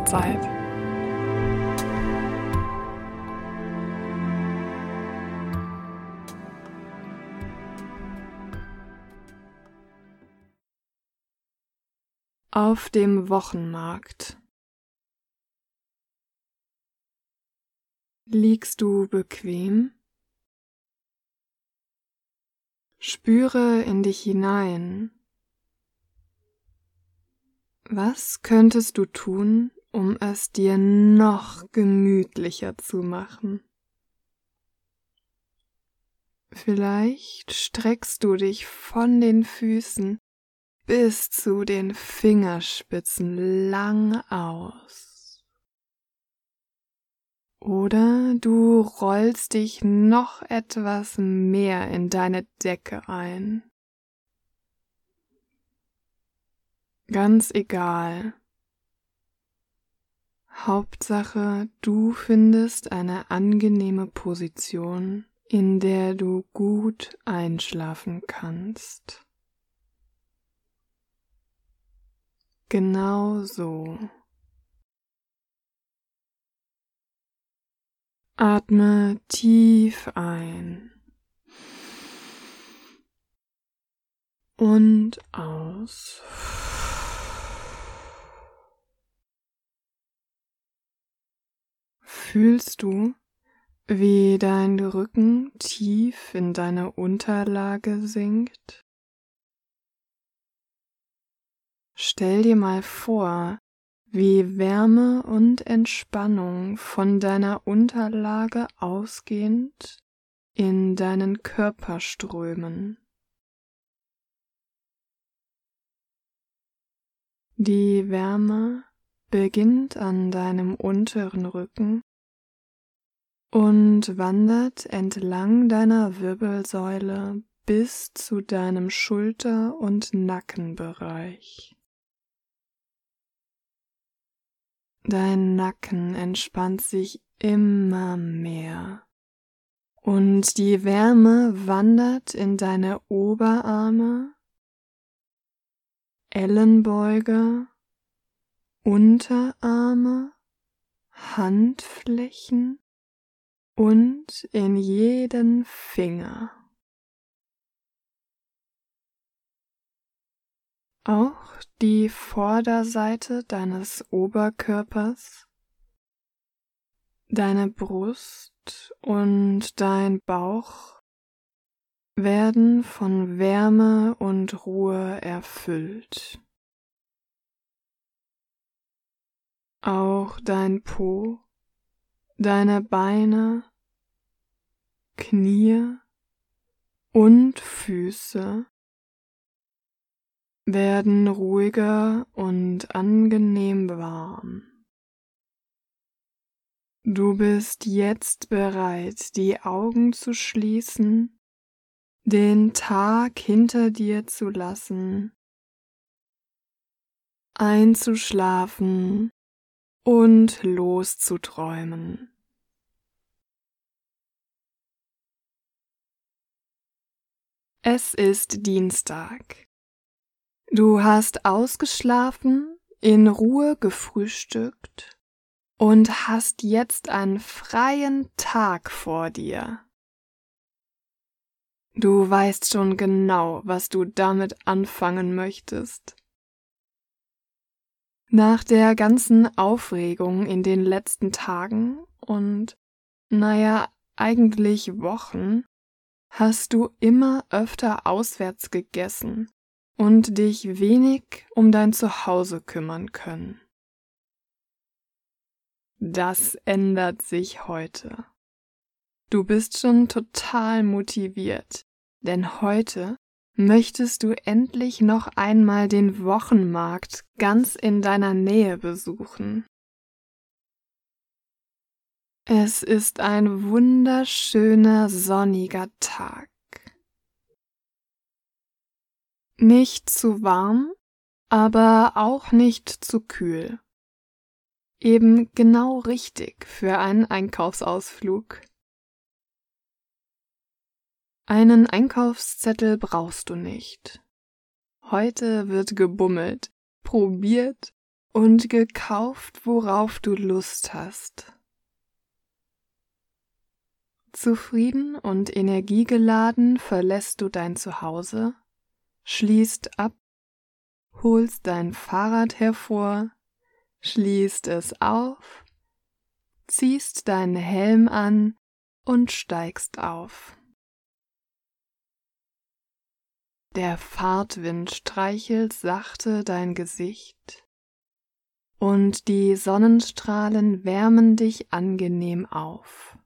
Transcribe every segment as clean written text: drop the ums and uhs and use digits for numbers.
Zeit. Auf dem Wochenmarkt. Liegst du bequem? Spüre in dich hinein. Was könntest du tun, um es dir noch gemütlicher zu machen? Vielleicht streckst du dich von den Füßen bis zu den Fingerspitzen lang aus. Oder du rollst dich noch etwas mehr in deine Decke ein. Ganz egal. Hauptsache, du findest eine angenehme Position, in der du gut einschlafen kannst. Genau so. Atme tief ein und aus. Fühlst du, wie dein Rücken tief in deine Unterlage sinkt? Stell dir mal vor, wie Wärme und Entspannung von deiner Unterlage ausgehend in deinen Körper strömen. Die Wärme beginnt an deinem unteren Rücken und wandert entlang deiner Wirbelsäule bis zu deinem Schulter- und Nackenbereich. Dein Nacken entspannt sich immer mehr und die Wärme wandert in deine Oberarme, Ellenbeuge, Unterarme, Handflächen und in jeden Finger. Auch die Vorderseite deines Oberkörpers, deine Brust und dein Bauch werden von Wärme und Ruhe erfüllt. Auch dein Po, deine Beine, Knie und Füße werden ruhiger und angenehm warm. Du bist jetzt bereit, die Augen zu schließen, den Tag hinter dir zu lassen, einzuschlafen und loszuträumen. Es ist Dienstag. Du hast ausgeschlafen, in Ruhe gefrühstückt und hast jetzt einen freien Tag vor dir. Du weißt schon genau, was du damit anfangen möchtest. Nach der ganzen Aufregung in den letzten Tagen und, eigentlich Wochen, hast du immer öfter auswärts gegessen und dich wenig um dein Zuhause kümmern können. Das ändert sich heute. Du bist schon total motiviert, denn heute möchtest du endlich noch einmal den Wochenmarkt ganz in deiner Nähe besuchen. Es ist ein wunderschöner sonniger Tag. Nicht zu warm, aber auch nicht zu kühl. Eben genau richtig für einen Einkaufsausflug. Einen Einkaufszettel brauchst du nicht. Heute wird gebummelt, probiert und gekauft, worauf du Lust hast. Zufrieden und energiegeladen verlässt du dein Zuhause, schließt ab, holst dein Fahrrad hervor, schließt es auf, ziehst deinen Helm an und steigst auf. Der Fahrtwind streichelt sachte dein Gesicht und die Sonnenstrahlen wärmen dich angenehm auf.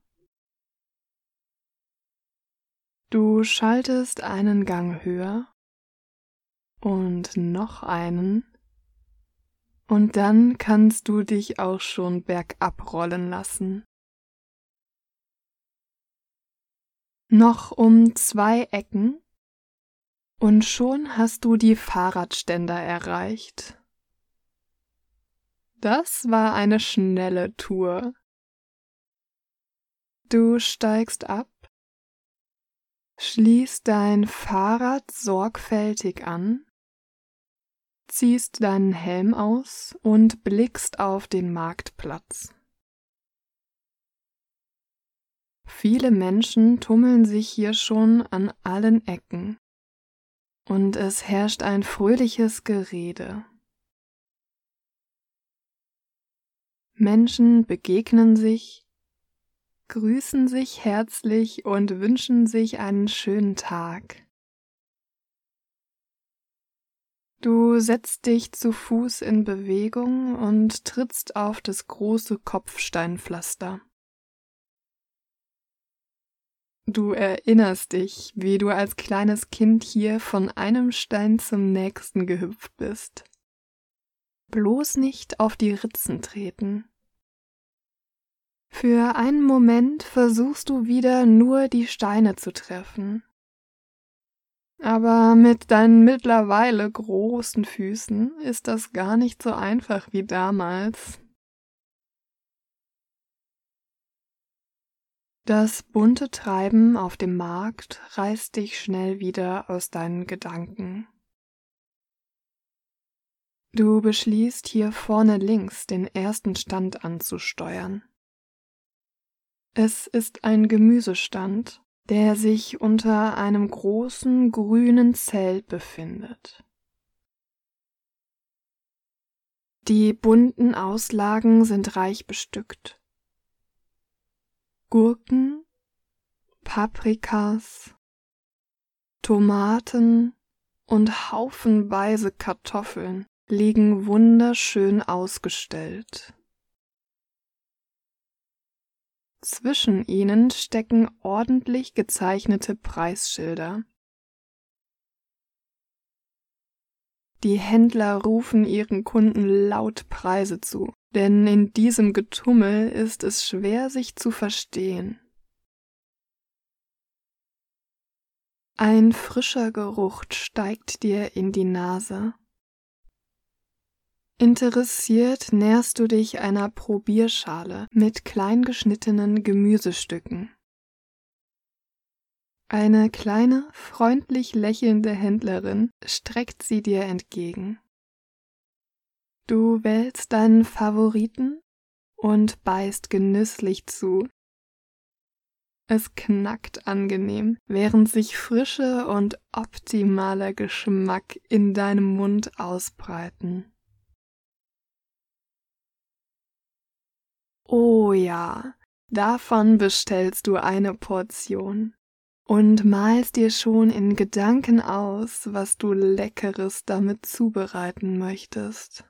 Du schaltest einen Gang höher und noch einen, und dann kannst du dich auch schon bergab rollen lassen. Noch um 2 Ecken und schon hast du die Fahrradständer erreicht. Das war eine schnelle Tour. Du steigst ab, schließt dein Fahrrad sorgfältig an, ziehst deinen Helm aus und blickst auf den Marktplatz. Viele Menschen tummeln sich hier schon an allen Ecken und es herrscht ein fröhliches Gerede. Menschen begegnen sich, grüßen sich herzlich und wünschen sich einen schönen Tag. Du setzt dich zu Fuß in Bewegung und trittst auf das große Kopfsteinpflaster. Du erinnerst dich, wie du als kleines Kind hier von einem Stein zum nächsten gehüpft bist. Bloß nicht auf die Ritzen treten. Für einen Moment versuchst du wieder nur die Steine zu treffen. Aber mit deinen mittlerweile großen Füßen ist das gar nicht so einfach wie damals. Das bunte Treiben auf dem Markt reißt dich schnell wieder aus deinen Gedanken. Du beschließt, hier vorne links den ersten Stand anzusteuern. Es ist ein Gemüsestand, der sich unter einem großen grünen Zelt befindet. Die bunten Auslagen sind reich bestückt. Gurken, Paprikas, Tomaten und haufenweise Kartoffeln liegen wunderschön ausgestellt. Zwischen ihnen stecken ordentlich gezeichnete Preisschilder. Die Händler rufen ihren Kunden laut Preise zu, denn in diesem Getummel ist es schwer, sich zu verstehen. Ein frischer Geruch steigt dir in die Nase. Interessiert näherst du dich einer Probierschale mit klein geschnittenen Gemüsestücken. Eine kleine, freundlich lächelnde Händlerin streckt sie dir entgegen. Du wählst deinen Favoriten und beißt genüsslich zu. Es knackt angenehm, während sich Frische und optimaler Geschmack in deinem Mund ausbreiten. Oh ja, davon bestellst du eine Portion und malst dir schon in Gedanken aus, was du Leckeres damit zubereiten möchtest.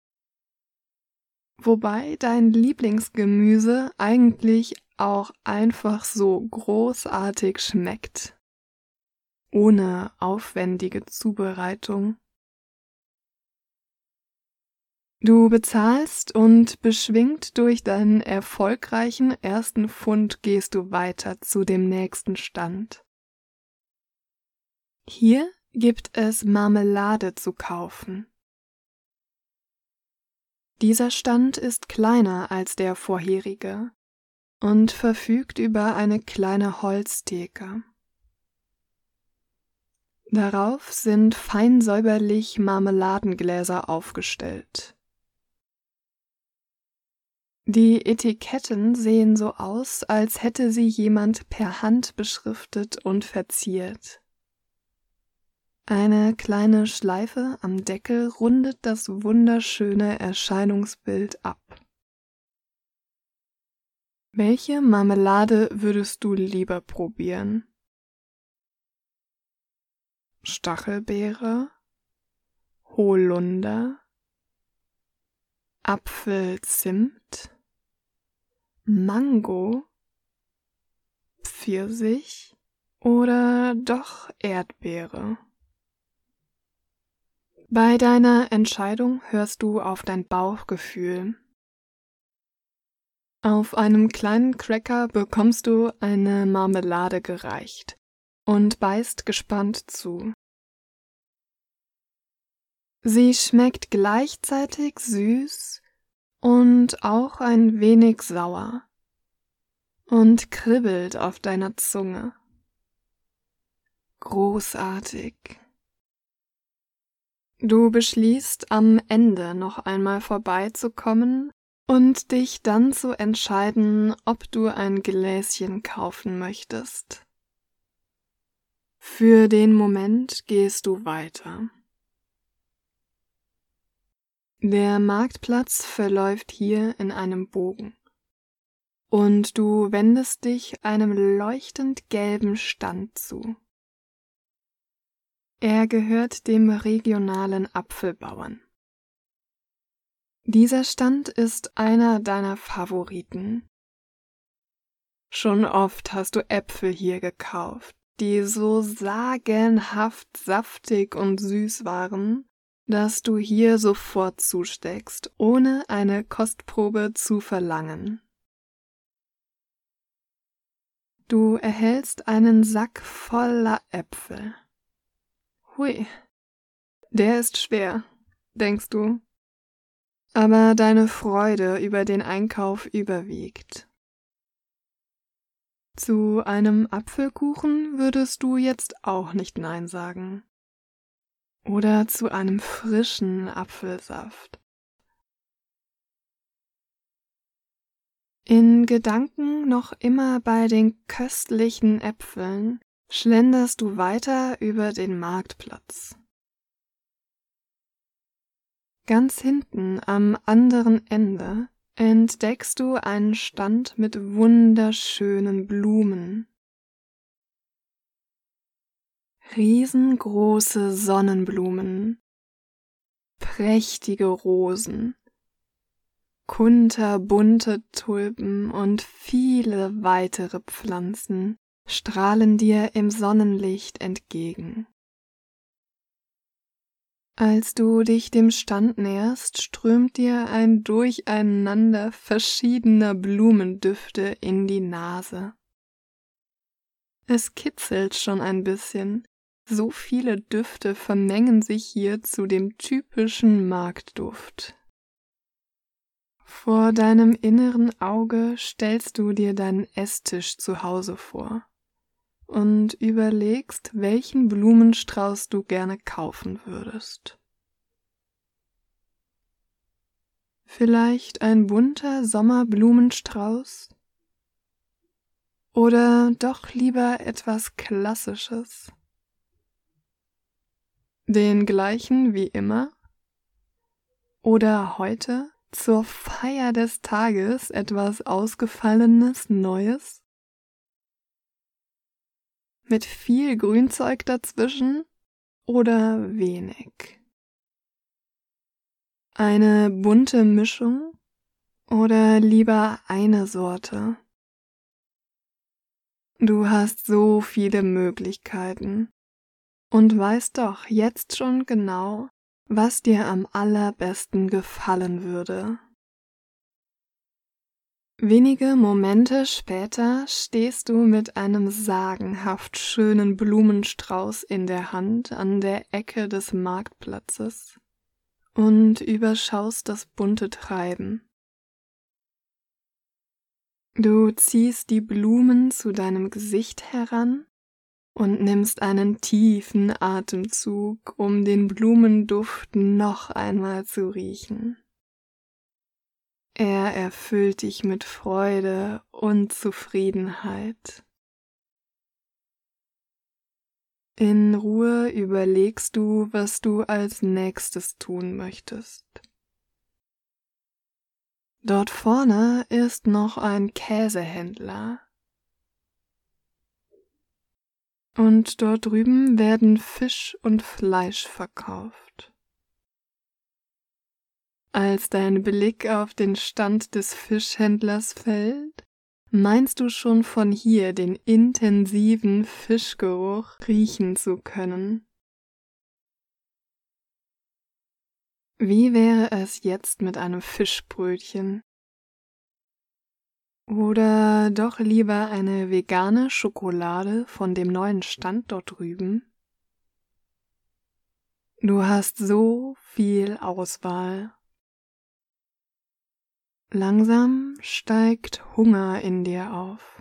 Wobei dein Lieblingsgemüse eigentlich auch einfach so großartig schmeckt, ohne aufwendige Zubereitung. Du bezahlst und beschwingt durch deinen erfolgreichen ersten Fund gehst du weiter zu dem nächsten Stand. Hier gibt es Marmelade zu kaufen. Dieser Stand ist kleiner als der vorherige und verfügt über eine kleine Holztheke. Darauf sind fein säuberlich Marmeladengläser aufgestellt. Die Etiketten sehen so aus, als hätte sie jemand per Hand beschriftet und verziert. Eine kleine Schleife am Deckel rundet das wunderschöne Erscheinungsbild ab. Welche Marmelade würdest du lieber probieren? Stachelbeere, Holunder, Apfelzimt, Mango, Pfirsich oder doch Erdbeere? Bei deiner Entscheidung hörst du auf dein Bauchgefühl. Auf einem kleinen Cracker bekommst du eine Marmelade gereicht und beißt gespannt zu. Sie schmeckt gleichzeitig süß und auch ein wenig sauer und kribbelt auf deiner Zunge. Großartig. Du beschließt, am Ende noch einmal vorbeizukommen und dich dann zu entscheiden, ob du ein Gläschen kaufen möchtest. Für den Moment gehst du weiter. Der Marktplatz verläuft hier in einem Bogen und du wendest dich einem leuchtend gelben Stand zu. Er gehört dem regionalen Apfelbauern. Dieser Stand ist einer deiner Favoriten. Schon oft hast du Äpfel hier gekauft, die so sagenhaft saftig und süß waren, dass du hier sofort zusteckst, ohne eine Kostprobe zu verlangen. Du erhältst einen Sack voller Äpfel. Hui, der ist schwer, denkst du. Aber deine Freude über den Einkauf überwiegt. Zu einem Apfelkuchen würdest du jetzt auch nicht Nein sagen. Oder zu einem frischen Apfelsaft. In Gedanken noch immer bei den köstlichen Äpfeln schlenderst du weiter über den Marktplatz. Ganz hinten am anderen Ende entdeckst du einen Stand mit wunderschönen Blumen. Riesengroße Sonnenblumen, prächtige Rosen, kunterbunte Tulpen und viele weitere Pflanzen strahlen dir im Sonnenlicht entgegen. Als du dich dem Stand näherst, strömt dir ein Durcheinander verschiedener Blumendüfte in die Nase. Es kitzelt schon ein bisschen, so viele Düfte vermengen sich hier zu dem typischen Marktduft. Vor deinem inneren Auge stellst du dir deinen Esstisch zu Hause vor und überlegst, welchen Blumenstrauß du gerne kaufen würdest. Vielleicht ein bunter Sommerblumenstrauß? Oder doch lieber etwas Klassisches? Den gleichen wie immer? Oder heute zur Feier des Tages etwas Ausgefallenes, Neues? Mit viel Grünzeug dazwischen oder wenig? Eine bunte Mischung oder lieber eine Sorte? Du hast so viele Möglichkeiten und weißt doch jetzt schon genau, was dir am allerbesten gefallen würde. Wenige Momente später stehst du mit einem sagenhaft schönen Blumenstrauß in der Hand an der Ecke des Marktplatzes und überschaust das bunte Treiben. Du ziehst die Blumen zu deinem Gesicht heran und nimmst einen tiefen Atemzug, um den Blumenduft noch einmal zu riechen. Er erfüllt dich mit Freude und Zufriedenheit. In Ruhe überlegst du, was du als nächstes tun möchtest. Dort vorne ist noch ein Käsehändler. Und dort drüben werden Fisch und Fleisch verkauft. Als dein Blick auf den Stand des Fischhändlers fällt, meinst du schon von hier den intensiven Fischgeruch riechen zu können. Wie wäre es jetzt mit einem Fischbrötchen? Oder doch lieber eine vegane Schokolade von dem neuen Stand dort drüben? Du hast so viel Auswahl. Langsam steigt Hunger in dir auf.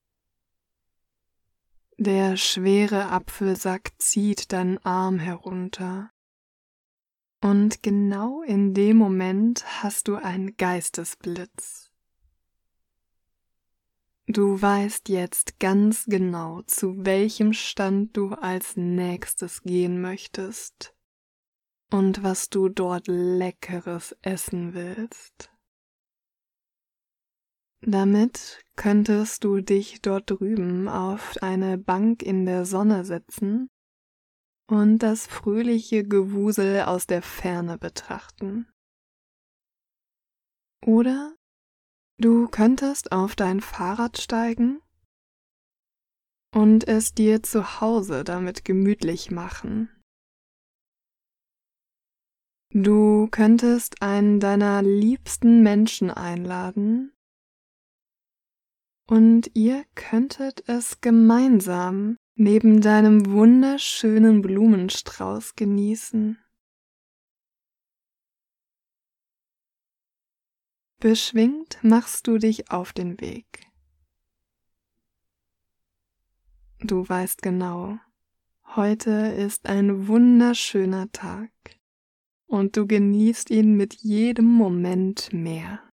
Der schwere Apfelsack zieht deinen Arm herunter. Und genau in dem Moment hast du einen Geistesblitz. Du weißt jetzt ganz genau, zu welchem Stand du als nächstes gehen möchtest und was du dort Leckeres essen willst. Damit könntest du dich dort drüben auf eine Bank in der Sonne setzen und das fröhliche Gewusel aus der Ferne betrachten. Oder du könntest auf dein Fahrrad steigen und es dir zu Hause damit gemütlich machen. Du könntest einen deiner liebsten Menschen einladen und ihr könntet es gemeinsam neben deinem wunderschönen Blumenstrauß genießen. Beschwingt machst du dich auf den Weg. Du weißt genau, heute ist ein wunderschöner Tag und du genießt ihn mit jedem Moment mehr.